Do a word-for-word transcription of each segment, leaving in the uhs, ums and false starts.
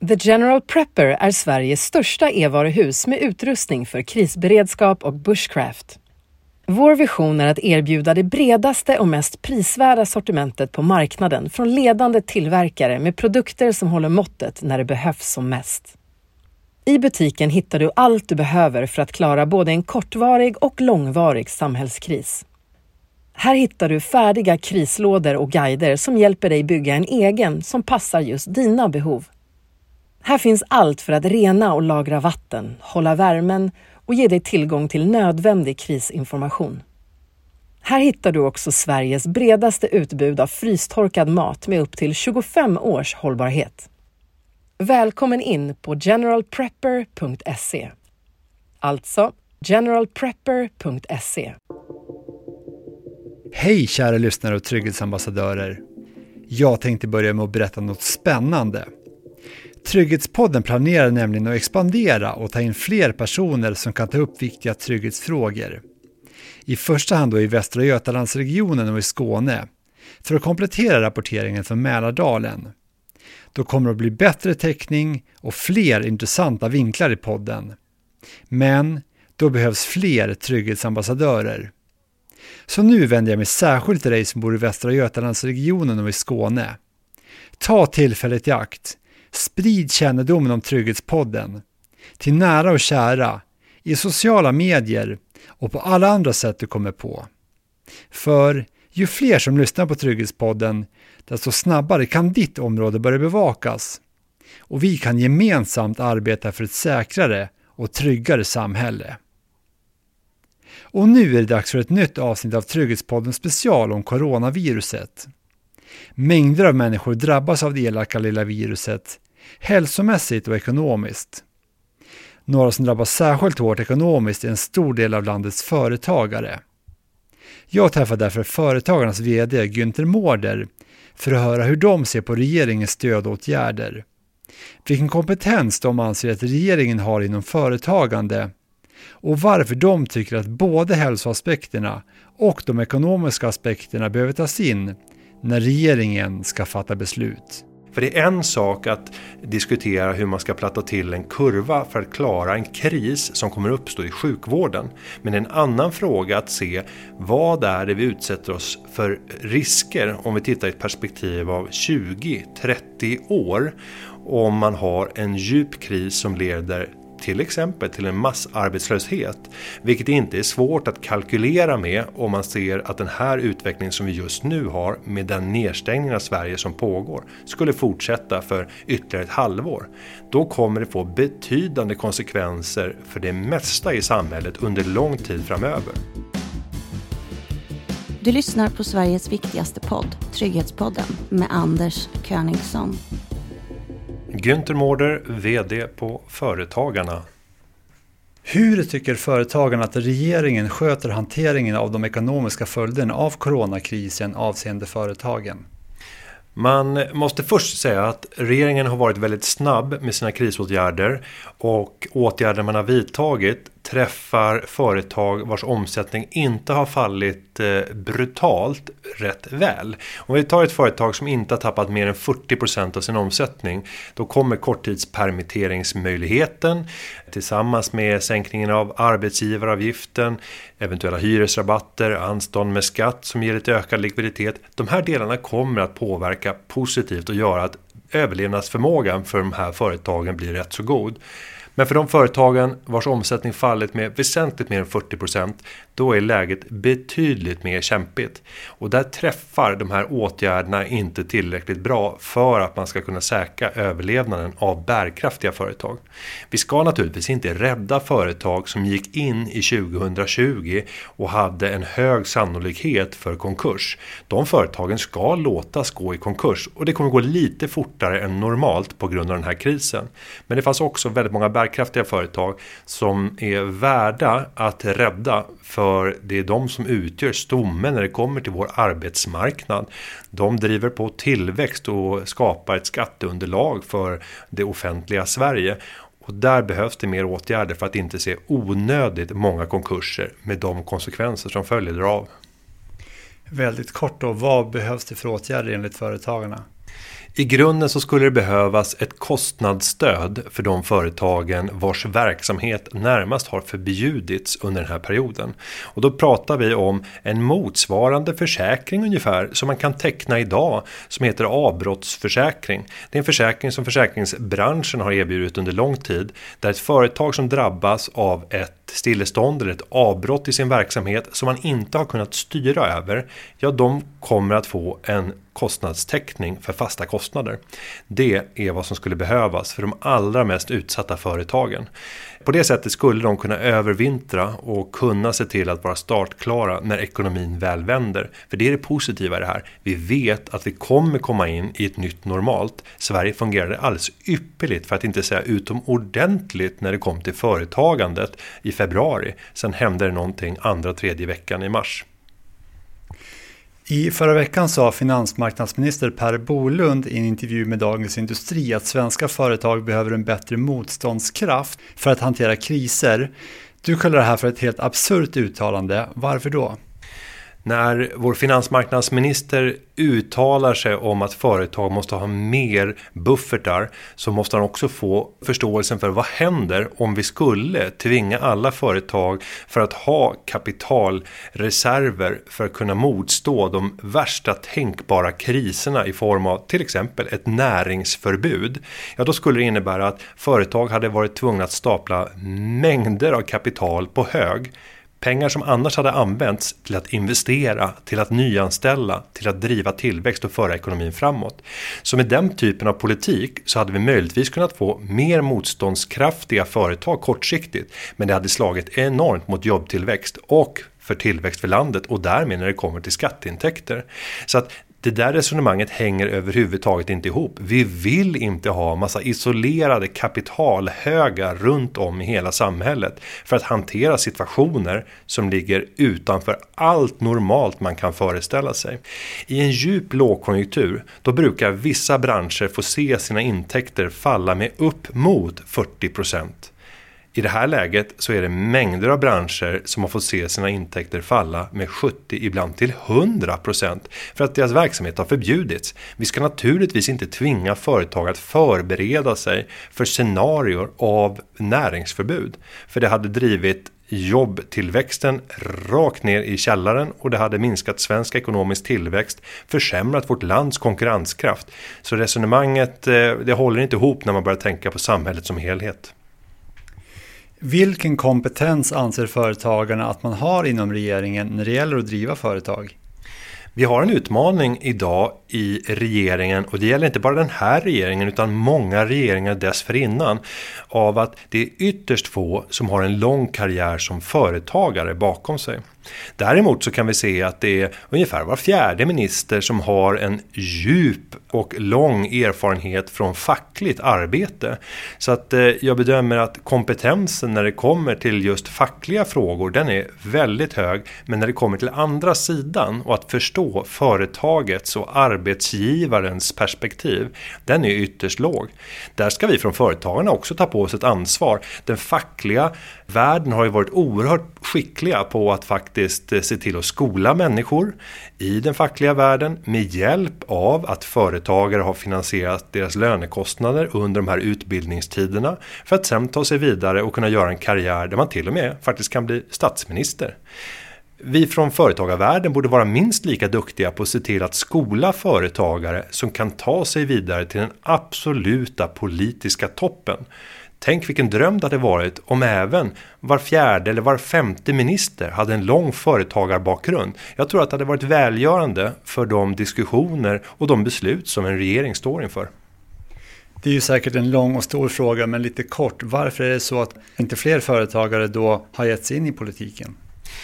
The General Prepper är Sveriges största e-varuhus med utrustning för krisberedskap och bushcraft. Vår vision är att erbjuda det bredaste och mest prisvärda sortimentet på marknaden från ledande tillverkare med produkter som håller måttet när det behövs som mest. I butiken hittar du allt du behöver för att klara både en kortvarig och långvarig samhällskris. Här hittar du färdiga krislådor och guider som hjälper dig bygga en egen som passar just dina behov. Här finns allt för att rena och lagra vatten, hålla värmen och ge dig tillgång till nödvändig krisinformation. Här hittar du också Sveriges bredaste utbud av frystorkad mat med upp till tjugofem års hållbarhet. Välkommen in på general prepper punkt se. Alltså general prepper punkt se. Hej kära lyssnare och trygghetsambassadörer. Jag tänkte börja med att berätta något spännande. Trygghetspodden planerar nämligen att expandera och ta in fler personer som kan ta upp viktiga trygghetsfrågor. I första hand då i Västra Götalandsregionen och i Skåne, för att komplettera rapporteringen från Mälardalen. Då kommer det att bli bättre täckning och fler intressanta vinklar i podden. Men då behövs fler trygghetsambassadörer. Så nu vänder jag mig särskilt till dig som bor i Västra Götalandsregionen och i Skåne. Ta tillfället i akt. Sprid kännedomen om Trygghetspodden till nära och kära, i sociala medier och på alla andra sätt du kommer på. För ju fler som lyssnar på Trygghetspodden, desto snabbare kan ditt område börja bevakas. Och vi kan gemensamt arbeta för ett säkrare och tryggare samhälle. Och nu är det dags för ett nytt avsnitt av Trygghetspodden special om coronaviruset. Mängder av människor drabbas av det elaka lilla viruset, hälsomässigt och ekonomiskt. Några som drabbas särskilt hårt ekonomiskt är en stor del av landets företagare. Jag träffar därför företagarnas vd Günther Mårder för att höra hur de ser på regeringens stödåtgärder. Vilken kompetens de anser att regeringen har inom företagande och varför de tycker att både hälsoaspekterna och de ekonomiska aspekterna behöver tas in när regeringen ska fatta beslut. För det är en sak att diskutera hur man ska platta till en kurva för att klara en kris som kommer uppstå i sjukvården. Men en annan fråga att se vad är det vi utsätter oss för risker om vi tittar i ett perspektiv av tjugo till trettio år. Om man har en djup kris som leder till exempel till en massarbetslöshet, vilket inte är svårt att kalkylera med om man ser att den här utvecklingen som vi just nu har med den nedstängningen av Sverige som pågår skulle fortsätta för ytterligare ett halvår. Då kommer det få betydande konsekvenser för det mesta i samhället under lång tid framöver. Du lyssnar på Sveriges viktigaste podd, Trygghetspodden, med Anders Königsson. Günther Mårder, vd på Företagarna. Hur tycker företagarna att regeringen sköter hanteringen av de ekonomiska följderna av coronakrisen avseende företagen? Man måste först säga att regeringen har varit väldigt snabb med sina krisåtgärder och åtgärder man har vidtagit träffar företag vars omsättning inte har fallit eh, brutalt rätt väl. Om vi tar ett företag som inte har tappat mer än fyrtio procent av sin omsättning, då kommer korttidspermitteringsmöjligheten tillsammans med sänkningen av arbetsgivaravgiften, eventuella hyresrabatter, anstånd med skatt som ger lite ökad likviditet. De här delarna kommer att påverka positivt och göra att överlevnadsförmågan för de här företagen blir rätt så god. Men för de företagen vars omsättning fallit med väsentligt mer än fyrtio procent, då är läget betydligt mer kämpigt. Och där träffar de här åtgärderna inte tillräckligt bra för att man ska kunna säkra överlevnaden av bärkraftiga företag. Vi ska naturligtvis inte rädda företag som gick in i tjugohundratjugo och hade en hög sannolikhet för konkurs. De företagen ska låtas gå i konkurs och det kommer gå lite fortare än normalt på grund av den här krisen. Men det fanns också väldigt många bärkraftiga företag som är värda att rädda, för det är de som utgör stommen när det kommer till vår arbetsmarknad. De driver på tillväxt och skapar ett skatteunderlag för det offentliga Sverige. Och där behövs det mer åtgärder för att inte se onödigt många konkurser med de konsekvenser som följer av. Väldigt kort då, vad behövs det för åtgärder enligt företagarna? I grunden så skulle det behövas ett kostnadsstöd för de företagen vars verksamhet närmast har förbjudits under den här perioden. Och då pratar vi om en motsvarande försäkring ungefär som man kan teckna idag som heter avbrottsförsäkring. Det är en försäkring som försäkringsbranschen har erbjudit under lång tid där ett företag som drabbas av ett stillestånd eller ett avbrott i sin verksamhet som man inte har kunnat styra över, ja de kommer att få en kostnadstäckning för fasta kostnader. Det är vad som skulle behövas för de allra mest utsatta företagen. På det sättet skulle de kunna övervintra och kunna se till att vara startklara när ekonomin väl vänder. För det är det positiva i det här. Vi vet att vi kommer komma in i ett nytt normalt. Sverige fungerade alldeles ypperligt, för att inte säga utomordentligt, när det kom till företagandet i februari. Sen hände det någonting andra tredje veckan i mars. I förra veckan sa finansmarknadsminister Per Bolund i en intervju med Dagens Industri att svenska företag behöver en bättre motståndskraft för att hantera kriser. Du kallar det här för ett helt absurt uttalande. Varför då? När vår finansmarknadsminister uttalar sig om att företag måste ha mer buffertar, så måste han också få förståelsen för vad händer om vi skulle tvinga alla företag för att ha kapitalreserver för att kunna motstå de värsta tänkbara kriserna i form av till exempel ett näringsförbud. Ja, då skulle det innebära att företag hade varit tvungna att stapla mängder av kapital på hög. Pengar som annars hade använts till att investera, till att nyanställa, till att driva tillväxt och föra ekonomin framåt. Så med den typen av politik så hade vi möjligtvis kunnat få mer motståndskraftiga företag kortsiktigt. Men det hade slagit enormt mot jobbtillväxt och för tillväxt för landet och därmed när det kommer till skatteintäkter. Så att det där resonemanget hänger överhuvudtaget inte ihop. Vi vill inte ha massa isolerade kapitalhögar runt om i hela samhället för att hantera situationer som ligger utanför allt normalt man kan föreställa sig. I en djup lågkonjunktur då brukar vissa branscher få se sina intäkter falla med upp mot fyrtio procent. I det här läget så är det mängder av branscher som har fått se sina intäkter falla med sjuttio, ibland till hundra procent för att deras verksamhet har förbjudits. Vi ska naturligtvis inte tvinga företag att förbereda sig för scenarier av näringsförbud. För det hade drivit jobbtillväxten rakt ner i källaren och det hade minskat svensk ekonomisk tillväxt, försämrat vårt lands konkurrenskraft. Så resonemanget det håller inte ihop när man börjar tänka på samhället som helhet. Vilken kompetens anser företagarna att man har inom regeringen när det gäller att driva företag? Vi har en utmaning idag i regeringen, och det gäller inte bara den här regeringen utan många regeringar dessförinnan, av att det är ytterst få som har en lång karriär som företagare bakom sig. Däremot så kan vi se att det är ungefär var fjärde minister som har en djup och lång erfarenhet från fackligt arbete. Så att eh, jag bedömer att kompetensen när det kommer till just fackliga frågor, den är väldigt hög. Men när det kommer till andra sidan och att förstå företagets och arbetsgivarens perspektiv, den är ytterst låg. Där ska vi från företagarna också ta på oss ett ansvar. Den fackliga världen har ju varit oerhört skickliga på att faktiskt se till att skola människor i den fackliga världen med hjälp av att företagare har finansierat deras lönekostnader under de här utbildningstiderna för att sen ta sig vidare och kunna göra en karriär där man till och med faktiskt kan bli statsminister. Vi från företagarvärlden borde vara minst lika duktiga på att se till att skola företagare som kan ta sig vidare till den absoluta politiska toppen. Tänk vilken dröm det hade varit om även var fjärde eller var femte minister hade en lång företagarbakgrund. Jag tror att det hade varit välgörande för de diskussioner och de beslut som en regering står inför. Det är ju säkert en lång och stor fråga, men lite kort. Varför är det så att inte fler företagare då har gett sig in i politiken?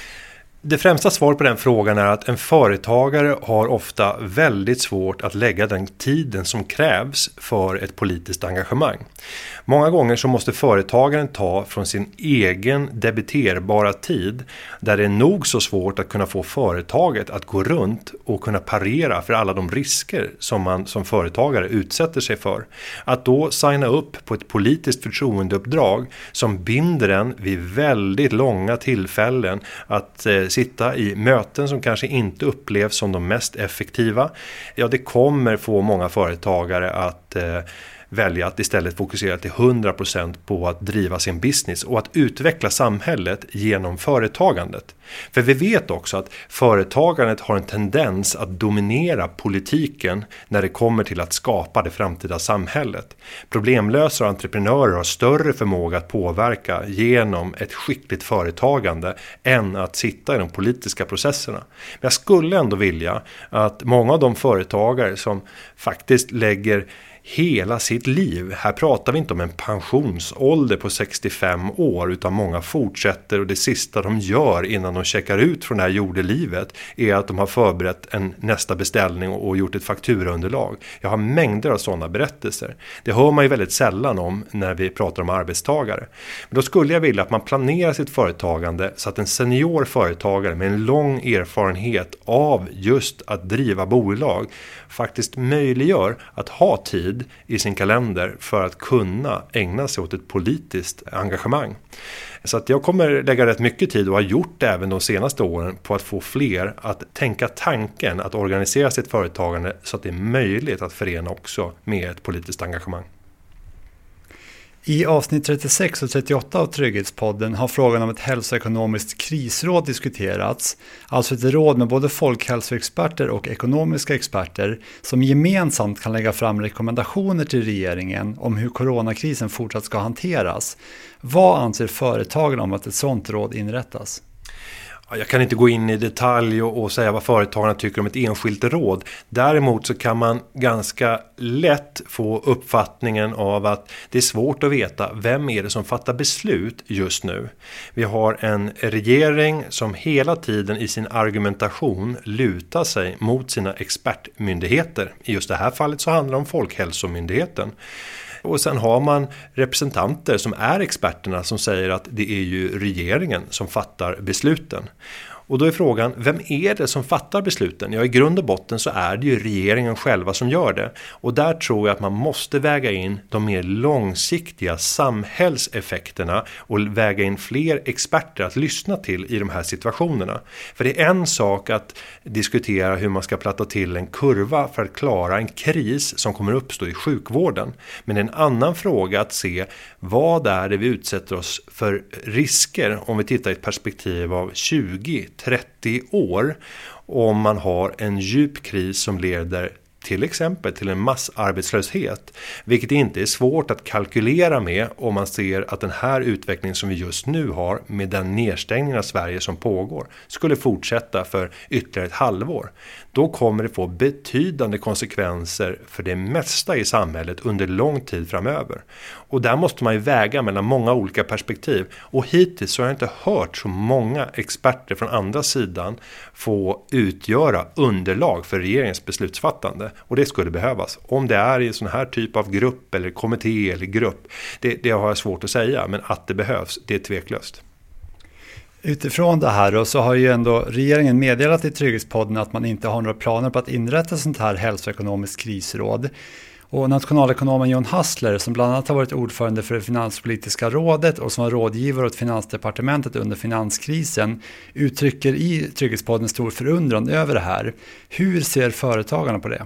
Det främsta svaret på den frågan är att en företagare har ofta väldigt svårt att lägga den tiden som krävs för ett politiskt engagemang. Många gånger så måste företagaren ta från sin egen debiterbara tid, där det är nog så svårt att kunna få företaget att gå runt och kunna parera för alla de risker som man som företagare utsätter sig för. Att då signa upp på ett politiskt förtroendeuppdrag som binder en vid väldigt långa tillfällen att eh, sitta i möten som kanske inte upplevs som de mest effektiva. Ja, det kommer få många företagare att eh, välja att istället fokusera till hundra procent på att driva sin business och att utveckla samhället genom företagandet. För vi vet också att företagandet har en tendens att dominera politiken när det kommer till att skapa det framtida samhället. Problemlösare och entreprenörer har större förmåga att påverka genom ett skickligt företagande än att sitta i de politiska processerna. Men jag skulle ändå vilja att många av de företagare som faktiskt lägger hela sitt liv. Här pratar vi inte om en pensionsålder på sextiofem år utan många fortsätter och det sista de gör innan de checkar ut från det här jordelivet är att de har förberett en nästa beställning och gjort ett fakturaunderlag. Jag har mängder av sådana berättelser. Det hör man ju väldigt sällan om när vi pratar om arbetstagare. Men då skulle jag vilja att man planerar sitt företagande så att en senior företagare med en lång erfarenhet av just att driva bolag faktiskt möjliggör att ha tid i sin kalender för att kunna ägna sig åt ett politiskt engagemang. Så att jag kommer lägga rätt mycket tid och har gjort det även de senaste åren på att få fler att tänka tanken att organisera sitt företagande så att det är möjligt att förena också med ett politiskt engagemang. I avsnitt trettiosex och trettioåtta av Trygghetspodden har frågan om ett hälsoekonomiskt krisråd diskuterats, alltså ett råd med både folkhälsoexperter och ekonomiska experter som gemensamt kan lägga fram rekommendationer till regeringen om hur coronakrisen fortsatt ska hanteras. Vad anser företagen om att ett sådant råd inrättas? Jag kan inte gå in i detalj och, och säga vad företagarna tycker om ett enskilt råd. Däremot så kan man ganska lätt få uppfattningen av att det är svårt att veta vem är det som fattar beslut just nu. Vi har en regering som hela tiden i sin argumentation lutar sig mot sina expertmyndigheter. I just det här fallet så handlar det om Folkhälsomyndigheten. Och sen har man representanter som är experterna som säger att det är ju regeringen som fattar besluten. Och då är frågan, vem är det som fattar besluten? Ja, i grund och botten så är det ju regeringen själva som gör det. Och där tror jag att man måste väga in de mer långsiktiga samhällseffekterna och väga in fler experter att lyssna till i de här situationerna. För det är en sak att diskutera hur man ska platta till en kurva för att klara en kris som kommer uppstå i sjukvården. Men det är en annan fråga att se vad är det vi utsätter oss för risker om vi tittar i ett perspektiv av tjugo till trettio år om man har en djup kris som leder till exempel till en massarbetslöshet, vilket inte är svårt att kalkylera med om man ser att den här utvecklingen som vi just nu har med den nedstängning av Sverige som pågår skulle fortsätta för ytterligare ett halvår. Då kommer det få betydande konsekvenser för det mesta i samhället under lång tid framöver. Och där måste man ju väga mellan många olika perspektiv. Och hittills så har jag inte hört så många experter från andra sidan få utgöra underlag för regeringens beslutsfattande. Och det skulle behövas. Om det är i en sån här typ av grupp eller kommitté eller grupp, det, det har jag svårt att säga. Men att det behövs, det är tveklöst. Utifrån det här då, så har ju ändå regeringen meddelat i Trygghetspodden att man inte har några planer på att inrätta sånt här hälsoekonomiskt krisråd. Och nationalekonomen John Hassler, som bland annat har varit ordförande för det finanspolitiska rådet och som var rådgivare åt Finansdepartementet under finanskrisen, uttrycker i Trygghetspodden stor förundran över det här. Hur ser företagarna på det?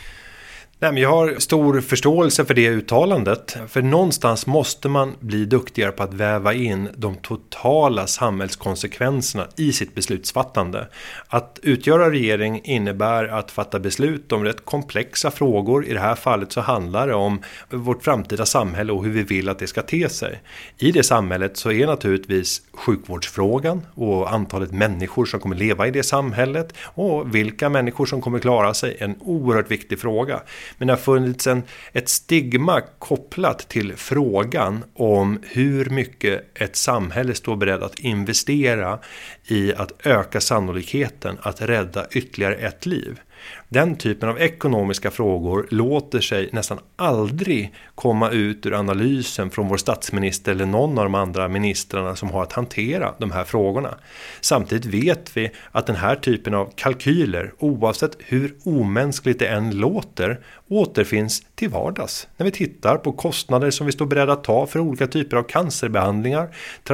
Nej, men jag har stor förståelse för det uttalandet. För någonstans måste man bli duktigare på att väva in de totala samhällskonsekvenserna i sitt beslutsfattande. Att utgöra regering innebär att fatta beslut om rätt komplexa frågor. I det här fallet så handlar det om vårt framtida samhälle och hur vi vill att det ska te sig. I det samhället så är naturligtvis sjukvårdsfrågan och antalet människor som kommer leva i det samhället och vilka människor som kommer klara sig en oerhört viktig fråga. Men det har funnits en, ett stigma kopplat till frågan om hur mycket ett samhälle står beredd att investera i att öka sannolikheten att rädda ytterligare ett liv. Den typen av ekonomiska frågor låter sig nästan aldrig komma ut ur analysen från vår statsminister eller någon av de andra ministrarna som har att hantera de här frågorna. Samtidigt vet vi att den här typen av kalkyler, oavsett hur omänskligt det än låter, återfinns till vardags. När vi tittar på kostnader som vi står beredda att ta för olika typer av cancerbehandlingar,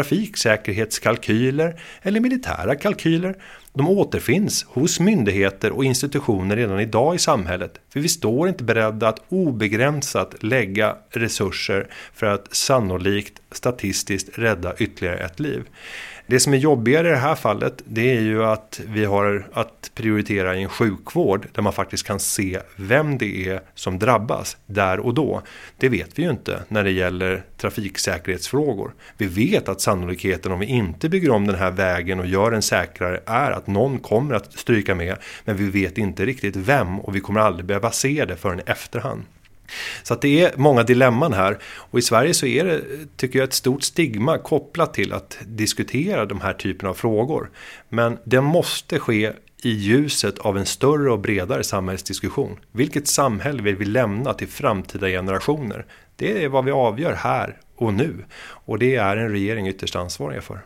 trafiksäkerhetskalkyler eller militära kalkyler. De återfinns hos myndigheter och institutioner redan idag i samhället. För vi står inte beredda att obegränsat lägga resurser för att sannolikt statistiskt rädda ytterligare ett liv. Det som är jobbigare i det här fallet, det är ju att vi har att prioritera i en sjukvård där man faktiskt kan se vem det är som drabbas där och då. Det vet vi ju inte när det gäller trafiksäkerhetsfrågor. Vi vet att sannolikheten om vi inte bygger om den här vägen och gör den säkrare är att någon kommer att stryka med, men vi vet inte riktigt vem och vi kommer aldrig behöva se det förrän i efterhand. Så att det är många dilemman här, och i Sverige så är det, tycker jag, ett stort stigma kopplat till att diskutera de här typen av frågor. Men det måste ske i ljuset av en större och bredare samhällsdiskussion. Vilket samhälle vill vi lämna till framtida generationer? Det är vad vi avgör här och nu, och det är en regering ytterst ansvarig för.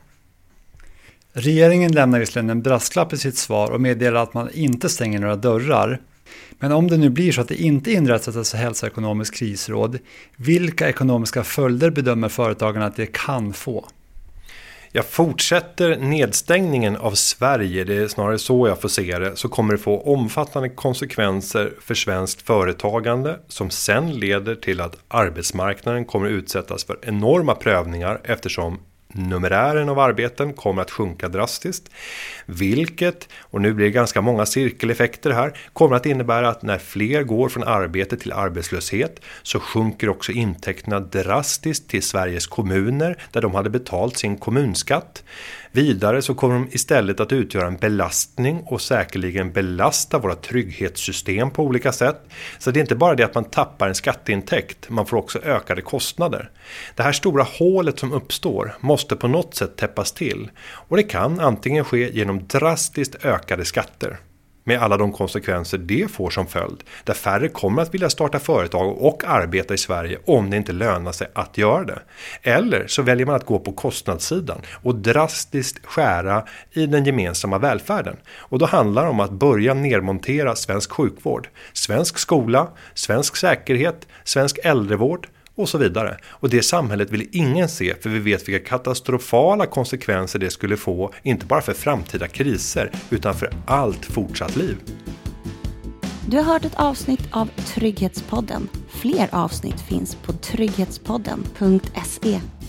Regeringen lämnar visserligen en brasklapp i sitt svar och meddelar att man inte stänger några dörrar. Men om det nu blir så att det inte inrättas ett hälsoekonomiskt krisråd, vilka ekonomiska följder bedömer företagarna att det kan få? Jag fortsätter nedstängningen av Sverige, det är snarare så jag får se det, så kommer det få omfattande konsekvenser för svenskt företagande som sen leder till att arbetsmarknaden kommer utsättas för enorma prövningar eftersom numerären av arbeten kommer att sjunka drastiskt, vilket, och nu blir det ganska många cirkeleffekter här, kommer att innebära att när fler går från arbete till arbetslöshet så sjunker också intäkterna drastiskt till Sveriges kommuner där de hade betalt sin kommunskatt. Vidare så kommer de istället att utgöra en belastning och säkerligen belasta våra trygghetssystem på olika sätt. Så det är inte bara det att man tappar en skatteintäkt, man får också ökade kostnader. Det här stora hålet som uppstår måste på något sätt täppas till, och det kan antingen ske genom drastiskt ökade skatter, med alla de konsekvenser det får som följd, där färre kommer att vilja starta företag och arbeta i Sverige om det inte lönar sig att göra det. Eller så väljer man att gå på kostnadssidan och drastiskt skära i den gemensamma välfärden. Och då handlar det om att börja nedmontera svensk sjukvård, svensk skola, svensk säkerhet, svensk äldrevård och så vidare. Och det samhället vill ingen se, för vi vet vilka katastrofala konsekvenser det skulle få, inte bara för framtida kriser utan för allt fortsatt liv. Du har hört ett avsnitt av Trygghetspodden. Fler avsnitt finns på trygghetspodden punkt se.